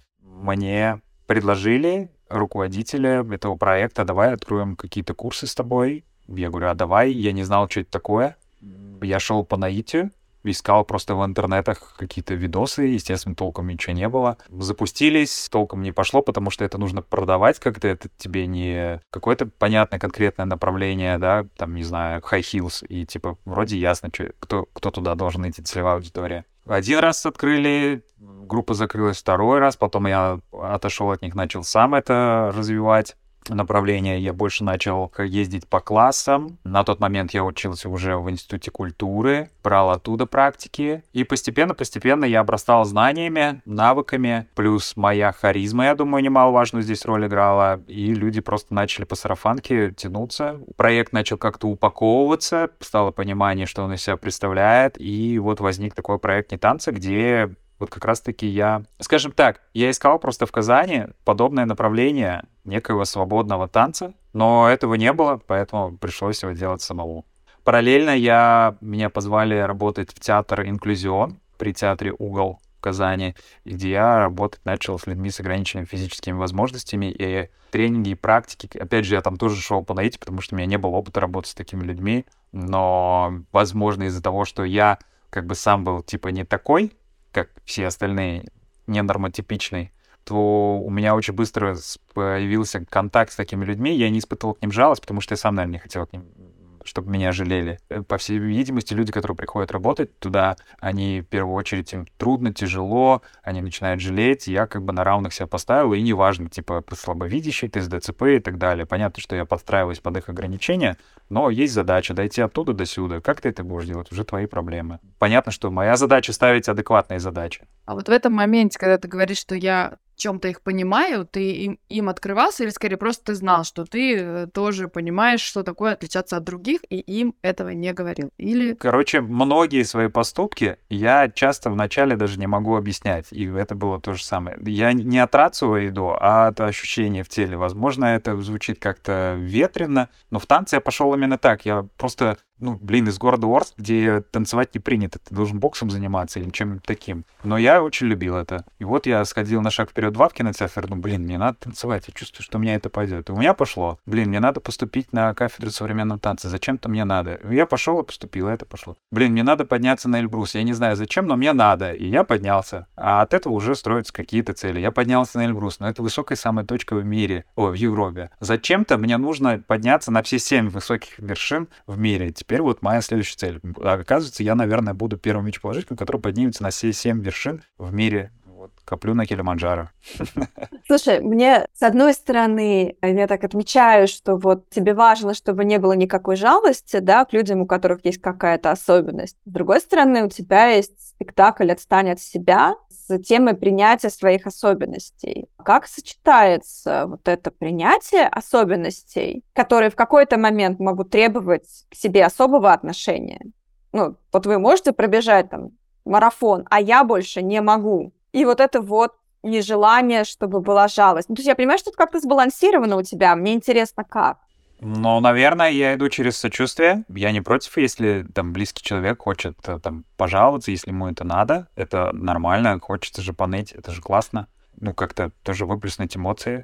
C: Мне предложили руководители этого проекта: давай откроем какие-то курсы с тобой. Я говорю: а давай. Я не знал, что это такое. Я шел по наитию, искал просто в интернетах какие-то видосы, естественно, толком ничего не было. Запустились, толком не пошло, потому что это нужно продавать как-то, это тебе не какое-то понятное конкретное направление, да, там, не знаю, high heels, и вроде ясно, кто туда должен идти, целевая аудитория. 1 раз открыли, группа закрылась 2 раз, потом я отошел от них, начал сам это развивать. Направление. Я больше начал ездить по классам. На тот момент я учился уже в Институте культуры, брал оттуда практики. И постепенно я обрастал знаниями, навыками. Плюс моя харизма, я думаю, немаловажную здесь роль играла. И люди просто начали по сарафанке тянуться. Проект начал как-то упаковываться. Стало понимание, что он из себя представляет. И вот возник такой проект «Не танцы», где вот как раз-таки я искал просто в Казани подобное направление некоего свободного танца, но этого не было, поэтому пришлось его делать самому. Параллельно меня позвали работать в театр «Инклюзион» при театре «Угол» в Казани, где я работать начал с людьми с ограниченными физическими возможностями, и тренинги, и практики. Опять же, я там тоже шел по наитию, потому что у меня не было опыта работы с такими людьми, но, возможно, из-за того, что я сам был не такой, как все остальные, ненормотипичный, то у меня очень быстро появился контакт с такими людьми. Я не испытывал к ним жалость, потому что я сам, наверное, не хотел к ним, чтобы меня жалели. По всей видимости, люди, которые приходят работать туда, они в первую очередь, им трудно, тяжело, они начинают жалеть. Я на равных себя поставил, и неважно, слабовидящий, ты с ДЦП и так далее. Понятно, что я подстраиваюсь под их ограничения, но есть задача дойти оттуда до сюда. Как ты это будешь делать? Уже твои проблемы. Понятно, что моя задача — ставить адекватные задачи.
B: А вот в этом моменте, когда ты говоришь, что я в чем-то их понимаю, ты им открывался или скорее просто ты знал, что ты тоже понимаешь, что такое отличаться от других, и им этого не говорил? Или...
C: Многие свои поступки я часто вначале даже не могу объяснять, и это было то же самое. Я не от рацио иду, а от ощущения в теле. Возможно, это звучит как-то ветрено, но в танце я пошел именно так. Я просто из города Орск, где танцевать не принято. Ты должен боксом заниматься или чем-нибудь таким. Но я очень любил это. И вот я сходил на шаг вперед 2 в кинотеатр, думаю, мне надо танцевать, я чувствую, что у меня это пойдет. И у меня пошло. Мне надо поступить на кафедру современного танца, зачем-то мне надо. И я пошел и поступил, и это пошло. Мне надо подняться на Эльбрус, я не знаю зачем, но мне надо. И я поднялся. А от этого уже строятся какие-то цели. Я поднялся на Эльбрус, но это высокая самая точка в мире, в Европе. Зачем-то мне нужно подняться на все 7 высоких вершин в мире. Теперь вот моя следующая цель. Оказывается, я, наверное, буду первым ВИЧ-положительным, который поднимется на все 7 вершин в мире. Вот, коплю на Килиманджаро.
A: Слушай, мне, с одной стороны, я так отмечаю, что вот тебе важно, чтобы не было никакой жалости, да, к людям, у которых есть какая-то особенность. С другой стороны, у тебя есть спектакль «Отстань от себя» с темой принятия своих особенностей. Как сочетается вот это принятие особенностей, которые в какой-то момент могут требовать к себе особого отношения? Вот вы можете пробежать там марафон, а я больше не могу. И вот это вот нежелание, чтобы была жалость. То есть я понимаю, что это как-то сбалансировано у тебя. Мне интересно, как?
C: Наверное, я иду через сочувствие. Я не против, если там близкий человек хочет там пожаловаться, если ему это надо. Это нормально, хочется же поныть, это же классно. Как-то тоже выплеснуть эмоции.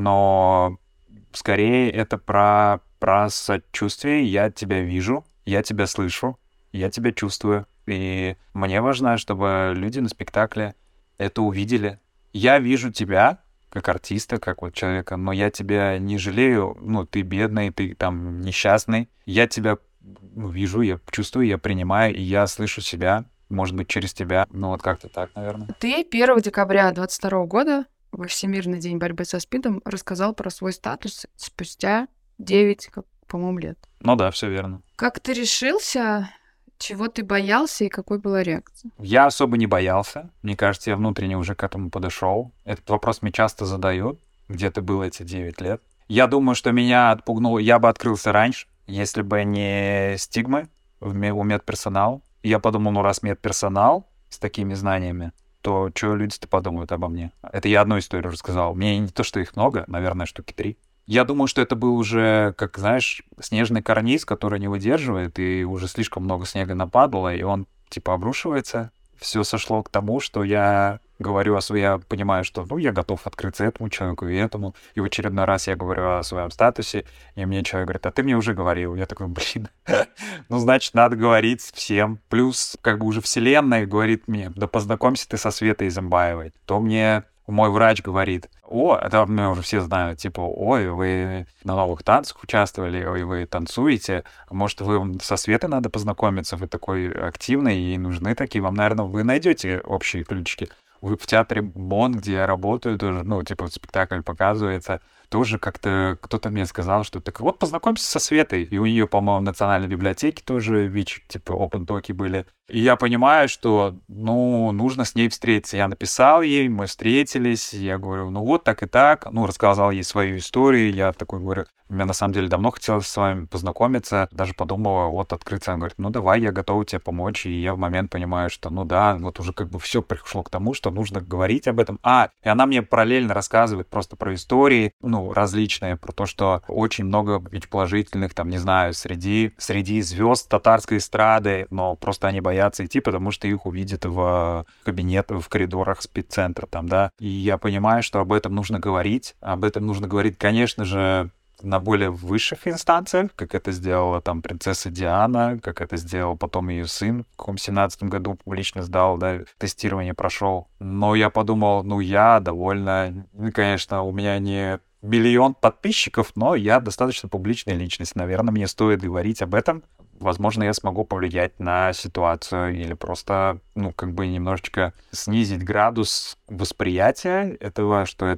C: Но скорее это про сочувствие. Я тебя вижу, я тебя слышу, я тебя чувствую. И мне важно, чтобы люди на спектакле это увидели. Я вижу тебя как артиста, как вот человека, но я тебя не жалею, ты бедный, ты там несчастный. Я тебя вижу, я чувствую, я принимаю, и я слышу себя, может быть, через тебя. Вот как-то так, наверное.
B: Ты 1 декабря 2022 года во Всемирный день борьбы со СПИДом рассказал про свой статус спустя 9, по-моему, лет.
C: Да, все верно.
B: Как ты решился? Чего ты боялся и какой была реакция?
C: Я особо не боялся. Мне кажется, я внутренне уже к этому подошел. Этот вопрос мне часто задают. Где ты был эти 9 лет? Я думаю, что меня отпугнуло. Я бы открылся раньше, если бы не стигмы у медперсонала. И я подумал, раз медперсонал с такими знаниями, то что люди-то подумают обо мне? Это я одну историю рассказал. Мне не то, что их много, наверное, штуки 3. Я думаю, что это был уже, как, знаешь, снежный карниз, который не выдерживает, и уже слишком много снега нападало, и он, обрушивается. Все сошло к тому, что я говорю я понимаю, что, я готов открыться этому человеку и этому. И в очередной раз я говорю о своем статусе, и мне человек говорит, а ты мне уже говорил. Я такой, значит, надо говорить всем. Плюс, уже вселенная говорит мне, да познакомься ты со Светой Изымбаевой. То мне мой врач говорит, это меня уже все знают, вы на новых танцах участвовали, вы танцуете, может, вам со Светой надо познакомиться, вы такой активный и нужны такие, вам, наверное, вы найдете общие ключики. Вы в театре МОН, где я работаю, тоже, спектакль показывается, тоже как-то кто-то мне сказал, что так вот познакомься со Светой. И у нее, по-моему, в Национальной библиотеке тоже ВИЧ, open-токи были. И я понимаю, что, нужно с ней встретиться. Я написал ей, мы встретились, я говорю, вот так и так. Рассказал ей свою историю. Я такой говорю, мне на самом деле давно хотелось с вами познакомиться. Даже подумала, открыться. Она говорит, давай, я готова тебе помочь. И я в момент понимаю, что, уже все пришло к тому, что нужно говорить об этом. И она мне параллельно рассказывает просто про истории, различные, про то, что очень много ВИЧ-положительных, среди звезд татарской эстрады, но просто они боятся идти, потому что их увидят в кабинетах, в коридорах спеццентра И я понимаю, что об этом нужно говорить. Об этом нужно говорить, конечно же, на более высших инстанциях, как это сделала принцесса Диана, как это сделал потом ее сын, в 17 году публично сдал, тестирование прошел. Но я подумал, я довольно, конечно, у меня не 1 миллион подписчиков, но я достаточно публичная личность. Наверное, мне стоит говорить об этом. Возможно, я смогу повлиять на ситуацию или просто, немножечко снизить градус восприятия этого, что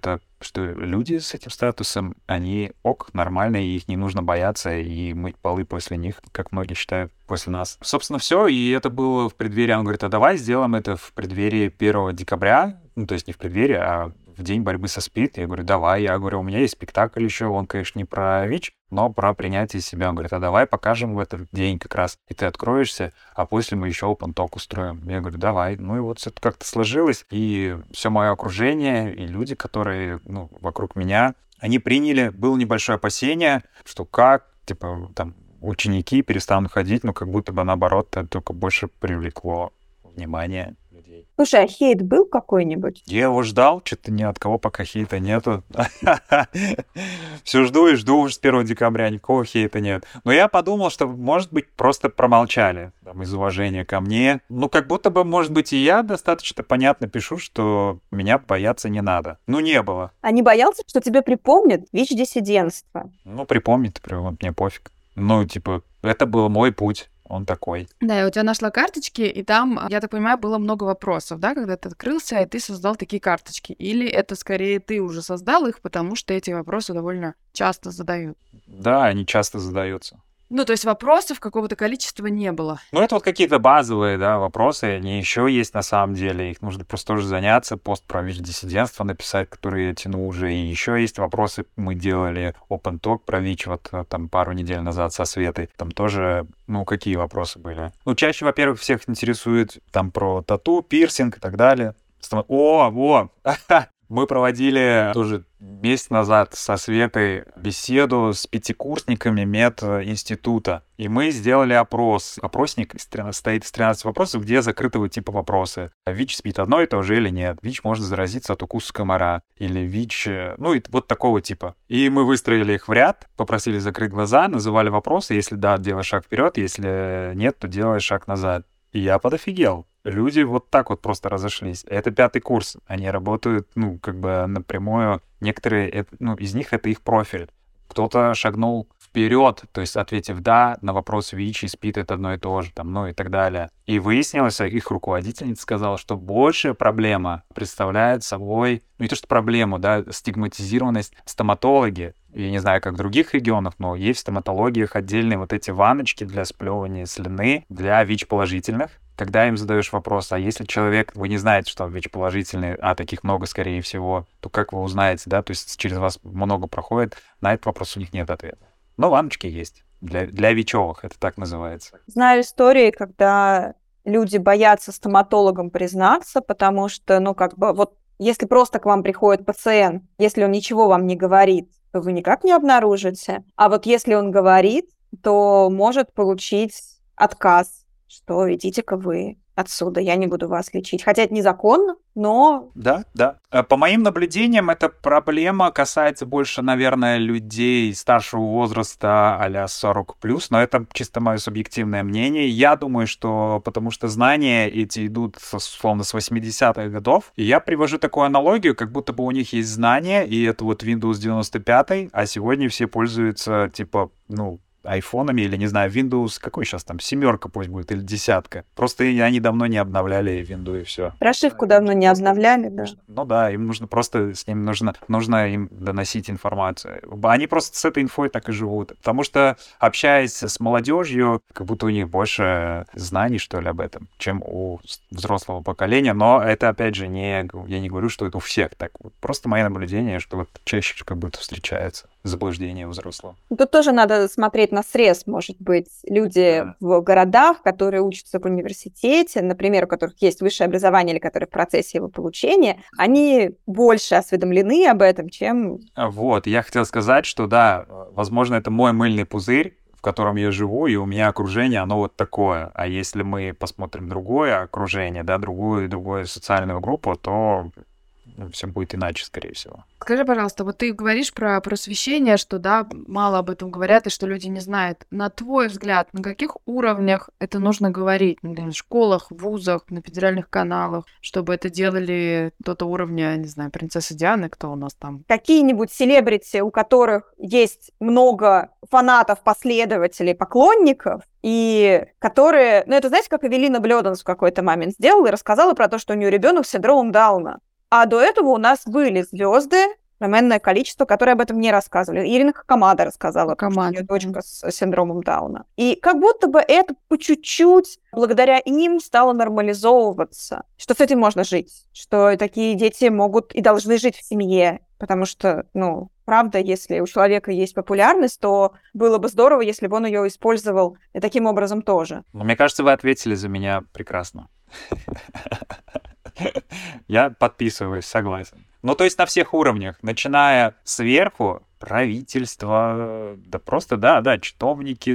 C: люди с этим статусом, они нормальные, и их не нужно бояться и мыть полы после них, как многие считают, после нас. Собственно, все, и это было в преддверии. Он говорит, а давай сделаем это в преддверии 1 декабря, то есть не в преддверии, а в день борьбы со СПИД. Я говорю, давай. Я говорю, у меня есть спектакль еще, он, конечно, не про ВИЧ, но про принятие себя. Он говорит, а давай покажем в этот день как раз, и ты откроешься, а после мы еще open-talk устроим. Я говорю, давай. И вот это как-то сложилось, и все мое окружение, и люди, которые, вокруг меня, они приняли, было небольшое опасение, что ученики перестанут ходить, ну, как будто бы наоборот, это только больше привлекло внимание людей.
A: Слушай, а хейт был какой-нибудь?
C: Я его ждал, что-то ни от кого пока хейта нету. Все жду и жду уже с 1 декабря, никакого хейта нет. Но я подумал, что, может быть, просто промолчали там, из уважения ко мне. Ну, как будто бы, может быть, и я достаточно понятно пишу, что меня бояться не надо. Ну, не было.
A: А не боялся, что тебе припомнят ВИЧ-диссидентство?
C: Ну, припомнит, мне пофиг. Ну, типа, это был мой путь. Он такой.
B: Да, я у тебя нашла карточки, и там, я так понимаю, было много вопросов, да, когда ты открылся, и ты создал такие карточки. Или это скорее ты уже создал их, потому что эти вопросы довольно часто задают?
C: Да, они часто задаются.
B: Ну, то есть вопросов какого-то количества не было.
C: Ну, это вот какие-то базовые, да, вопросы, они еще есть на самом деле, их нужно просто тоже заняться, пост про ВИЧ-диссидентство написать, который я тяну уже, и еще есть вопросы, мы делали open talk про ВИЧ вот там пару недель назад со Светой, там тоже, ну, какие вопросы были? Ну, чаще, во-первых, всех интересует там про тату, пирсинг и так далее. Мы проводили тоже месяц назад со Светой беседу с пятикурсниками мединститута. И мы сделали опрос. Опросник состоит из 13 вопросов, где закрытого типа вопросы. ВИЧ спит одно и то же или нет? ВИЧ может заразиться от укуса комара? Или ВИЧ... Ну, и вот такого типа. И мы выстроили их в ряд, попросили закрыть глаза, называли вопросы. Если да, делай шаг вперед, если нет, то делай шаг назад. И я подофигел. Люди вот так вот просто разошлись. Это 5-й курс. Они работают, ну, как бы напрямую. Некоторые, ну, из них это их профиль. Кто-то шагнул вперед, то есть ответив «да» на вопрос ВИЧ и СПИД это одно и то же, там, ну и так далее. И выяснилось, их руководительница сказала, что большая проблема представляет собой, ну не то что проблему, да, стигматизированность стоматологи. Я не знаю, как в других регионах, но есть в стоматологиях отдельные вот эти ванночки для сплевывания слюны для ВИЧ-положительных. Когда им задаешь вопрос, а если человек, вы не знаете, что он ВИЧ-положительный, а таких много, скорее всего, то как вы узнаете, да, то есть через вас много проходит, на этот вопрос у них нет ответа. Но ванночки есть. Для ВИЧевых, это так называется.
A: Знаю истории, когда люди боятся стоматологам признаться, потому что, ну, как бы, вот если просто к вам приходит пациент, если он ничего вам не говорит, то вы никак не обнаружите. А вот если он говорит, то может получить отказ, что идите-ка вы отсюда, я не буду вас лечить. Хотя это незаконно, но...
C: Да. По моим наблюдениям, эта проблема касается больше, наверное, людей старшего возраста а-ля 40+, но это чисто мое субъективное мнение. Я думаю, что потому что знания эти идут, условно, с 80-х годов, и я привожу такую аналогию, как будто бы у них есть знания, и это вот Windows 95, а сегодня все пользуются, типа, ну, айфонами или, не знаю, Windows, какой сейчас там, 7 пусть будет, или 10. Просто они давно не обновляли Windows и все.
A: Прошивку давно не обновляли, да.
C: Ну да, им нужно просто, с ним нужно им доносить информацию. Они просто с этой инфой так и живут. Потому что, общаясь с молодежью, как будто у них больше знаний, что ли, об этом, чем у взрослого поколения. Но это, опять же, я не говорю, что это у всех так. Просто мое наблюдение, что вот чаще как будто встречается заблуждение взрослого.
A: Тут тоже надо смотреть на срез, может быть. Люди в городах, которые учатся в университете, например, у которых есть высшее образование или которые в процессе его получения, они больше осведомлены об этом, чем...
C: Вот, я хотел сказать, что да, возможно, это мой мыльный пузырь, в котором я живу, и у меня окружение, оно вот такое. А если мы посмотрим другое окружение, да, другую социальную группу, то все будет иначе, скорее всего.
B: Скажи, пожалуйста, вот ты говоришь про просвещение, что, да, мало об этом говорят, и что люди не знают. На твой взгляд, на каких уровнях это нужно говорить? Например, в школах, в вузах, на федеральных каналах, чтобы это делали кто-то уровня, не знаю, принцессы Дианы, кто у нас там?
A: Какие-нибудь селебрити, у которых есть много фанатов, последователей, поклонников, и которые... Ну, это, знаете, как Эвелина Блёданс в какой-то момент сделала и рассказала про то, что у нее ребенок с синдромом Дауна. А до этого у нас были звезды, огромное количество, которые об этом не рассказывали. Ирина Хакамада рассказала, что у нее дочка с синдромом Дауна. И как будто бы это по чуть-чуть, благодаря им, стало нормализовываться, что с этим можно жить, что такие дети могут и должны жить в семье, потому что, ну, правда, если у человека есть популярность, то было бы здорово, если бы он ее использовал и таким образом тоже.
C: Но мне кажется, вы ответили за меня прекрасно. Я подписываюсь, согласен. Ну, то есть на всех уровнях, начиная сверху, правительство, да просто, да, чиновники,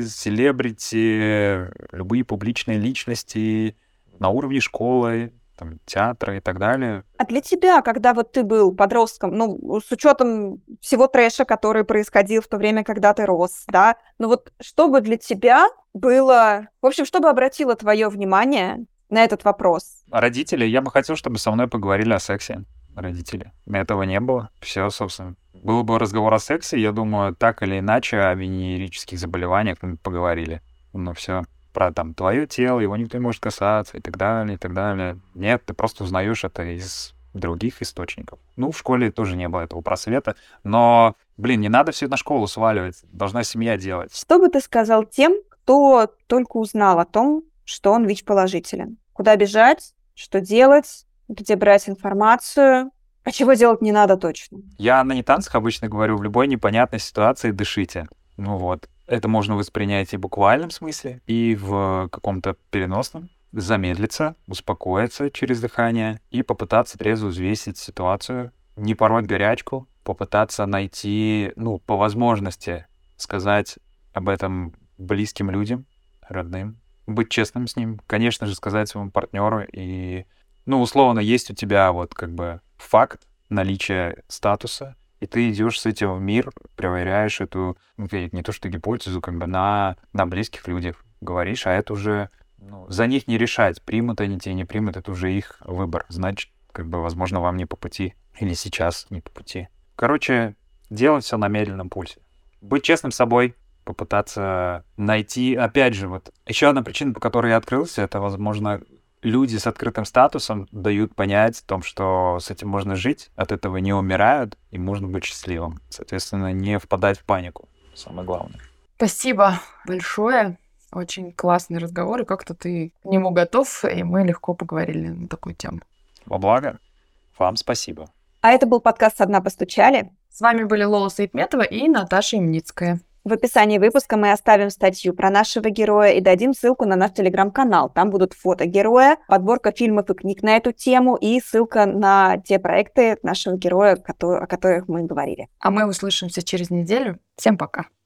C: селебрити, любые публичные личности на уровне школы, там, театра и так далее.
A: А для тебя, когда вот ты был подростком, ну, с учетом всего трэша, который происходил в то время, когда ты рос, да, ну вот что бы для тебя было... В общем, что бы обратило твое внимание на этот вопрос?
C: Родители, я бы хотел, чтобы со мной поговорили о сексе. Родители. Этого не было. Все, собственно. Был бы разговор о сексе, я думаю, так или иначе о венерических заболеваниях мы поговорили. Но все про там твое тело, его никто не может касаться и так далее, и так далее. Нет, ты просто узнаешь это из других источников. Ну, в школе тоже не было этого просвета, но, не надо все на школу сваливать, должна семья делать.
A: Что бы ты сказал тем, кто только узнал о том, что он ВИЧ-положителен? Куда бежать, что делать, где брать информацию, а чего делать не надо точно?
C: Я на нетанцах обычно говорю, в любой непонятной ситуации дышите. Ну вот. Это можно воспринять и в буквальном смысле, и в каком-то переносном. Замедлиться, успокоиться через дыхание и попытаться трезво взвесить ситуацию, не пороть горячку, попытаться найти, по возможности сказать об этом близким людям, родным, быть честным с ним, конечно же, сказать своему партнеру и, условно, есть у тебя вот как бы факт наличия статуса, и ты идешь с этим в мир, проверяешь эту, не то что гипотезу, как бы на близких людях говоришь, а это уже за них не решать, примут они тебя, не примут, это уже их выбор. Значит, возможно, вам не по пути, или сейчас не по пути. Короче, делать все на медленном пульсе. Быть честным с собой, попытаться найти, опять же, вот еще одна причина, по которой я открылся, это, возможно, люди с открытым статусом дают понять о том, что с этим можно жить, от этого не умирают, и можно быть счастливым. Соответственно, не впадать в панику. Самое главное.
B: Спасибо большое. Очень классный разговор, и как-то ты к нему готов, и мы легко поговорили на такую тему.
C: Во благо. Вам спасибо.
A: А это был подкаст «Со дна постучали».
B: С вами были Лола Саидметова и Наташа Имницкая.
A: В описании выпуска мы оставим статью про нашего героя и дадим ссылку на наш телеграм-канал. Там будут фото героя, подборка фильмов и книг на эту тему и ссылка на те проекты нашего героя, о которых мы говорили.
B: А мы услышимся через неделю. Всем пока.